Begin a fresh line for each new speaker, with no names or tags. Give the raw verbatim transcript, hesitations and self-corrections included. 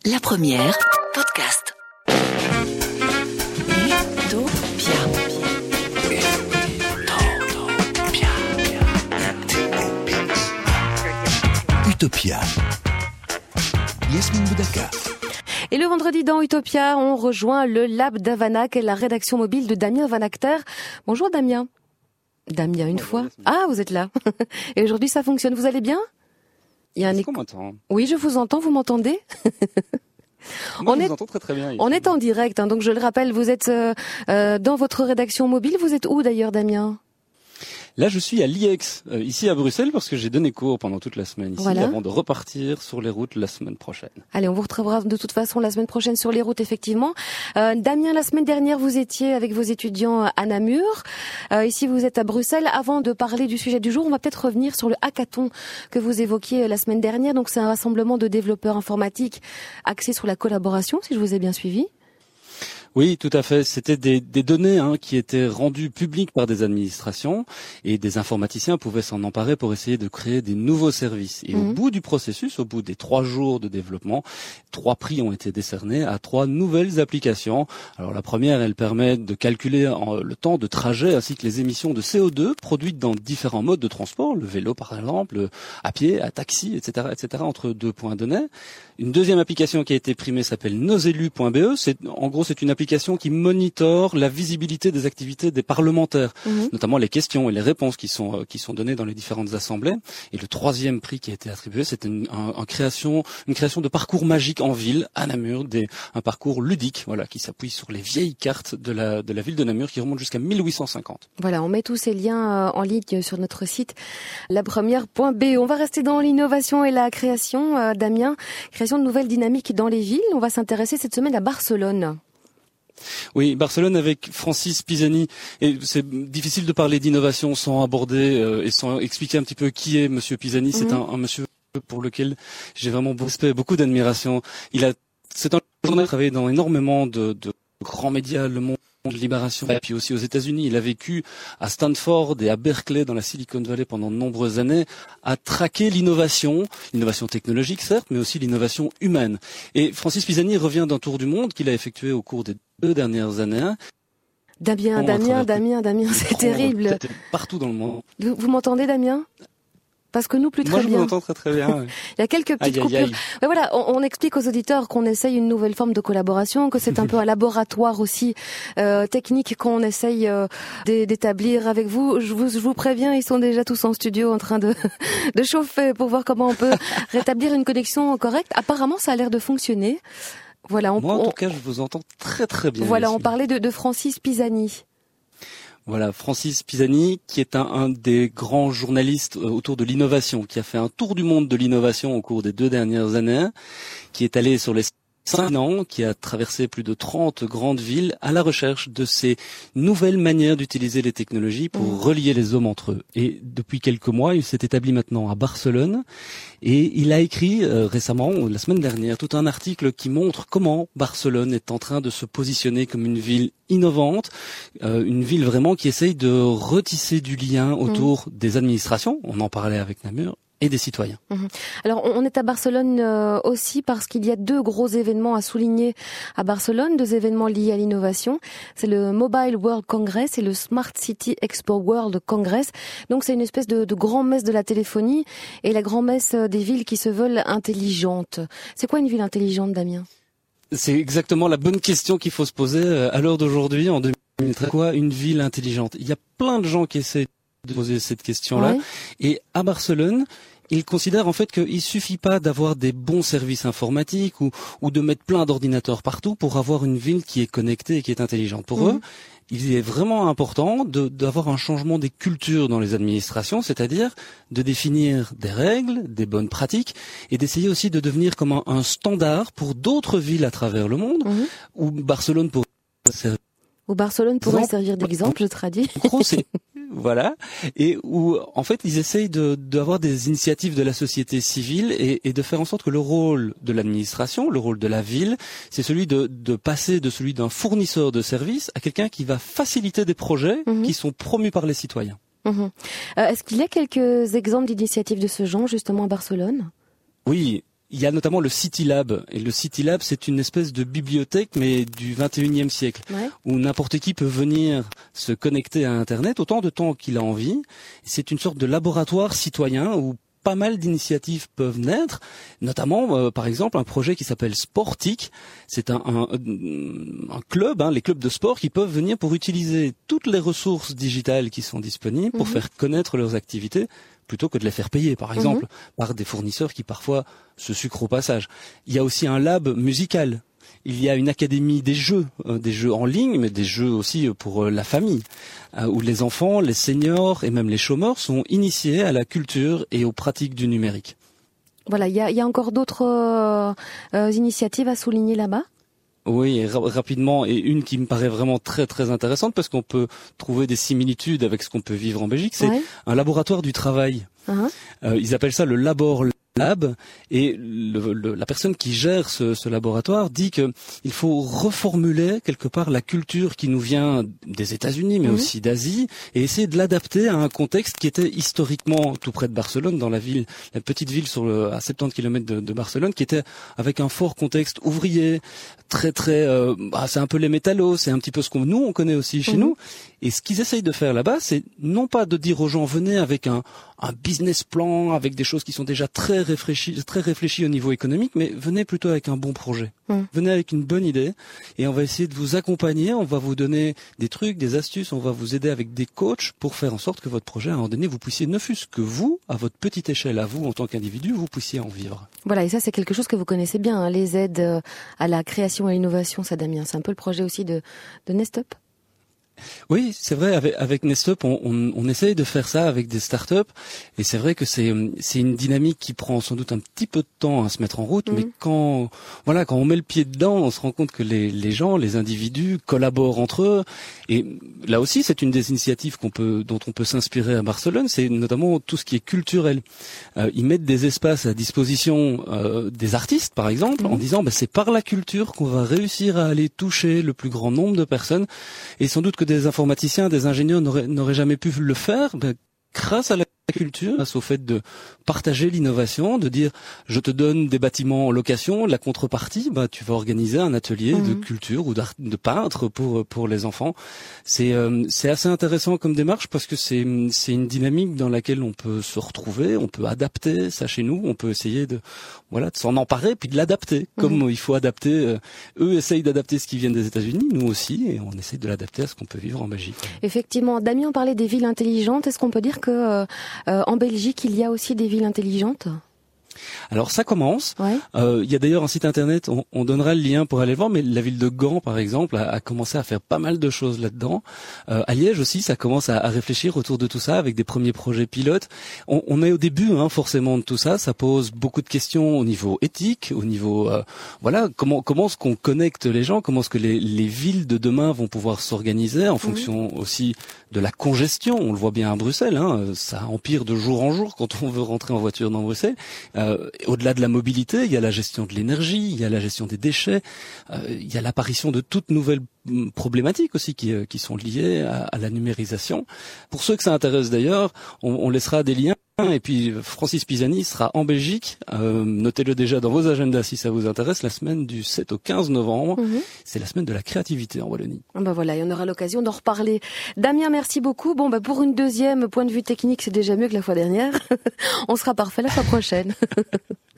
La première, podcast. Utopia.
Utopia. Yasmine Boudaka.
Et le vendredi dans Utopia, on rejoint le Lab d'Avanac et la rédaction mobile de Damien Van Acter. Bonjour Damien. Damien une Bonjour, fois. Yasmine. Ah, vous êtes là. Et aujourd'hui ça fonctionne, vous allez bien? Il y a un
Est-ce qu'on m'entend?
Oui, je vous entends, vous m'entendez?
Moi,
on
je
est,
vous entends très très bien. Ici.
On est en direct, hein, donc je le rappelle, vous êtes euh, euh, dans votre rédaction mobile. Vous êtes où d'ailleurs, Damien?
Là, je suis à l'I E X, euh, ici à Bruxelles, parce que j'ai donné cours pendant toute la semaine ici,
voilà.
avant de repartir sur les routes la semaine prochaine.
Allez, on vous retrouvera de toute façon la semaine prochaine sur les routes, effectivement. Euh, Damien, la semaine dernière, vous étiez avec vos étudiants à Namur. Euh, ici, vous êtes à Bruxelles. Avant de parler du sujet du jour, on va peut-être revenir sur le hackathon que vous évoquiez la semaine dernière. Donc, c'est un rassemblement de développeurs informatiques axé sur la collaboration, si je vous ai bien suivi.
Oui, tout à fait. C'était des, des données hein, qui étaient rendues publiques par des administrations et des informaticiens pouvaient s'en emparer pour essayer de créer des nouveaux services. Et mmh. au bout du processus, au bout des trois jours de développement, trois prix ont été décernés à trois nouvelles applications. Alors la première, elle permet de calculer en, le temps de trajet ainsi que les émissions de C O deux produites dans différents modes de transport, le vélo par exemple, à pied, à taxi, et cetera, et cetera, entre deux points donnés. Une deuxième application qui a été primée s'appelle noselu point b e. C'est, en gros, c'est une application qui monitore la visibilité des activités des parlementaires, mmh. notamment les questions et les réponses qui sont euh, qui sont données dans les différentes assemblées. Et le troisième prix qui a été attribué, c'était une, un, un création, une création de parcours magique en ville à Namur, des, un parcours ludique, voilà, qui s'appuie sur les vieilles cartes de la de la ville de Namur qui remontent jusqu'à mille huit cent cinquante.
Voilà, on met tous ces liens euh, en ligne sur notre site la première point b e. On va rester dans l'innovation et la création, euh, Damien, création de nouvelles dynamiques dans les villes. On va s'intéresser cette semaine à Barcelone.
Oui, Barcelone avec Francis Pisani. Et c'est difficile de parler d'innovation sans aborder euh, et sans expliquer un petit peu qui est Monsieur Pisani. Mm-hmm. C'est un, un monsieur pour lequel j'ai vraiment beaucoup, beaucoup d'admiration. Il a, c'est un journaliste qui a travaillé dans énormément de, de grands médias, Le Monde, Libération, et puis aussi aux États-Unis. Il a vécu à Stanford et à Berkeley dans la Silicon Valley pendant de nombreuses années, à traquer l'innovation, l'innovation technologique certes, mais aussi l'innovation humaine. Et Francis Pisani revient d'un tour du monde qu'il a effectué au cours des deux dernières années.
Damien, bon, Damien, Damien, Damien, c'est terrible.
Partout dans le monde.
Vous, vous m'entendez, Damien? Parce que nous, plus très
Moi, je
bien.
vous entends très très bien. Ouais.
Il y a quelques petites
aïe,
coupures.
Aïe, aïe.
Mais voilà, on, on explique aux auditeurs qu'on essaye une nouvelle forme de collaboration, que c'est un peu un laboratoire aussi euh, technique qu'on essaye euh, d'établir avec vous. Je vous. Je vous préviens, ils sont déjà tous en studio en train de, de chauffer pour voir comment on peut rétablir une connexion correcte. Apparemment, ça a l'air de fonctionner. Voilà. On,
Moi, en
on,
tout cas, je vous entends très très bien.
Voilà, on parlait de, de Francis Pisani.
Voilà, Francis Pisani, qui est un, un des grands journalistes autour de l'innovation, qui a fait un tour du monde de l'innovation au cours des deux dernières années, qui est allé sur les cinq ans, qui a traversé plus de trente grandes villes à la recherche de ces nouvelles manières d'utiliser les technologies pour mmh. relier les hommes entre eux. Et depuis quelques mois, il s'est établi maintenant à Barcelone et il a écrit euh, récemment, la semaine dernière, tout un article qui montre comment Barcelone est en train de se positionner comme une ville innovante, euh, une ville vraiment qui essaye de retisser du lien autour mmh. des administrations. On en parlait avec Namur. Et des citoyens.
Mmh. Alors, on est à Barcelone euh, aussi parce qu'il y a deux gros événements à souligner à Barcelone, deux événements liés à l'innovation. C'est le Mobile World Congress et le Smart City Expo World Congress. Donc, c'est une espèce de, de grand-messe de la téléphonie et la grand-messe des villes qui se veulent intelligentes. C'est quoi une ville intelligente, Damien ?
C'est exactement la bonne question qu'il faut se poser à l'heure d'aujourd'hui, en deux mille treize. Quoi une ville intelligente ? Il y a plein de gens qui essaient de poser cette question-là. Ouais. Et à Barcelone, ils considèrent en fait qu'il suffit pas d'avoir des bons services informatiques ou, ou de mettre plein d'ordinateurs partout pour avoir une ville qui est connectée et qui est intelligente. Pour mmh. eux, il est vraiment important de, d'avoir un changement des cultures dans les administrations, c'est-à-dire de définir des règles, des bonnes pratiques et d'essayer aussi de devenir comme un, un standard pour d'autres villes à travers le monde, mmh. où Barcelone pourrait servir.
Où Barcelone pourrait servir d'exemple, je traduis.
En gros, c'est Voilà, et où en fait ils essayent de d'avoir des initiatives de la société civile et, et de faire en sorte que le rôle de l'administration, le rôle de la ville, c'est celui de, de passer de celui d'un fournisseur de services à quelqu'un qui va faciliter des projets mmh. qui sont promus par les citoyens.
Mmh. Euh, est-ce qu'il y a quelques exemples d'initiatives de ce genre justement à Barcelone ?
Oui. il y a notamment le City Lab. Et le City Lab, c'est une espèce de bibliothèque, mais du vingt et unième siècle, ouais. où n'importe qui peut venir se connecter à Internet autant de temps qu'il a envie. C'est une sorte de laboratoire citoyen où pas mal d'initiatives peuvent naître, notamment, euh, par exemple, un projet qui s'appelle Sportic. C'est un, un, un club, hein, les clubs de sport qui peuvent venir pour utiliser toutes les ressources digitales qui sont disponibles pour mmh. faire connaître leurs activités, plutôt que de les faire payer, par exemple, mmh. par des fournisseurs qui parfois se sucrent au passage. Il y a aussi un lab musical. Il y a une académie des jeux, euh, des jeux en ligne, mais des jeux aussi pour euh, la famille, euh, où les enfants, les seniors et même les chômeurs sont initiés à la culture et aux pratiques du numérique.
Voilà, il y a, il y a encore d'autres euh, euh, initiatives à souligner là-bas ?
Oui, et ra- rapidement, et une qui me paraît vraiment très très intéressante, parce qu'on peut trouver des similitudes avec ce qu'on peut vivre en Belgique, c'est ouais. un laboratoire du travail. Uh-huh. Euh, ils appellent ça le Labor Lab, et le, le, la personne qui gère ce, ce laboratoire dit que il faut reformuler quelque part la culture qui nous vient des États-Unis, mais mmh. aussi d'Asie, et essayer de l'adapter à un contexte qui était historiquement tout près de Barcelone, dans la ville, la petite ville sur le, à soixante-dix kilomètres de, de Barcelone, qui était avec un fort contexte ouvrier, très très, euh, bah, c'est un peu les métallos, c'est un petit peu ce qu'on nous on connaît aussi chez mmh. nous. Et ce qu'ils essayent de faire là-bas, c'est non pas de dire aux gens venez avec un, un business plan, avec des choses qui sont déjà très réfléchies, très réfléchies au niveau économique, mais venez plutôt avec un bon projet. Mmh. Venez avec une bonne idée et on va essayer de vous accompagner, on va vous donner des trucs, des astuces, on va vous aider avec des coachs pour faire en sorte que votre projet, à un moment donné, vous puissiez, ne fût-ce que vous, à votre petite échelle, à vous en tant qu'individu, vous puissiez en vivre.
Voilà, et ça c'est quelque chose que vous connaissez bien, hein, les aides à la création et à l'innovation, ça Damien. C'est un peu le projet aussi de, de Nestup.
Oui, c'est vrai. Avec, avec Nestup, on, on, on essaye de faire ça avec des startups, et c'est vrai que c'est c'est une dynamique qui prend sans doute un petit peu de temps à se mettre en route, mmh. mais quand voilà, quand on met le pied dedans, on se rend compte que les les gens, les individus collaborent entre eux. Et là aussi, c'est une des initiatives qu'on peut dont on peut s'inspirer à Barcelone, c'est notamment tout ce qui est culturel. Euh, ils mettent des espaces à disposition euh, des artistes, par exemple, mmh. en disant bah, c'est par la culture qu'on va réussir à aller toucher le plus grand nombre de personnes, et sans doute que des informaticiens, des ingénieurs n'auraient, n'auraient jamais pu le faire, ben, grâce à la culture, grâce au fait de partager l'innovation, de dire je te donne des bâtiments en location, la contrepartie, ben, tu vas organiser un atelier mmh. de culture ou de peintre pour pour les enfants. C'est euh, c'est assez intéressant comme démarche parce que c'est c'est une dynamique dans laquelle on peut se retrouver, on peut adapter ça chez nous, on peut essayer de voilà de s'en emparer puis de l'adapter comme mmh. il faut adapter. Euh, eux essayent d'adapter ce qui vient des États-Unis, nous aussi, et on essaye de l'adapter à ce qu'on peut vivre en Belgique.
Effectivement, Damien parlait des villes intelligentes. Est-ce qu'on peut dire que euh, euh, en Belgique il y a aussi des villes intelligentes ?
Alors ça commence.
Ouais.
Euh, il y a d'ailleurs un site internet, on, on donnera le lien pour aller voir, mais la ville de Gand, par exemple, a, a commencé à faire pas mal de choses là-dedans. Euh, à Liège aussi, ça commence à, à réfléchir autour de tout ça avec des premiers projets pilotes. On, on est au début, hein, forcément, de tout ça. Ça pose beaucoup de questions au niveau éthique, au niveau, euh, voilà, comment comment est-ce qu'on connecte les gens, comment est-ce que les, les villes de demain vont pouvoir s'organiser en fonction mmh. aussi de la congestion. On le voit bien à Bruxelles, hein, ça empire de jour en jour quand on veut rentrer en voiture dans Bruxelles. Euh, au-delà de la mobilité, il y a la gestion de l'énergie, il y a la gestion des déchets, euh, il y a l'apparition de toutes nouvelles problématiques aussi qui, euh, qui sont liées à, à la numérisation. Pour ceux que ça intéresse d'ailleurs, on, on laissera des liens. Et puis Francis Pisani sera en Belgique, euh, notez-le déjà dans vos agendas si ça vous intéresse, la semaine du sept au quinze novembre, mmh. c'est la semaine de la créativité en Wallonie.
Ben voilà, et on aura l'occasion d'en reparler. Damien, merci beaucoup. Bon, bah pour une deuxième point de vue technique, c'est déjà mieux que la fois dernière. On sera parfait la fois prochaine.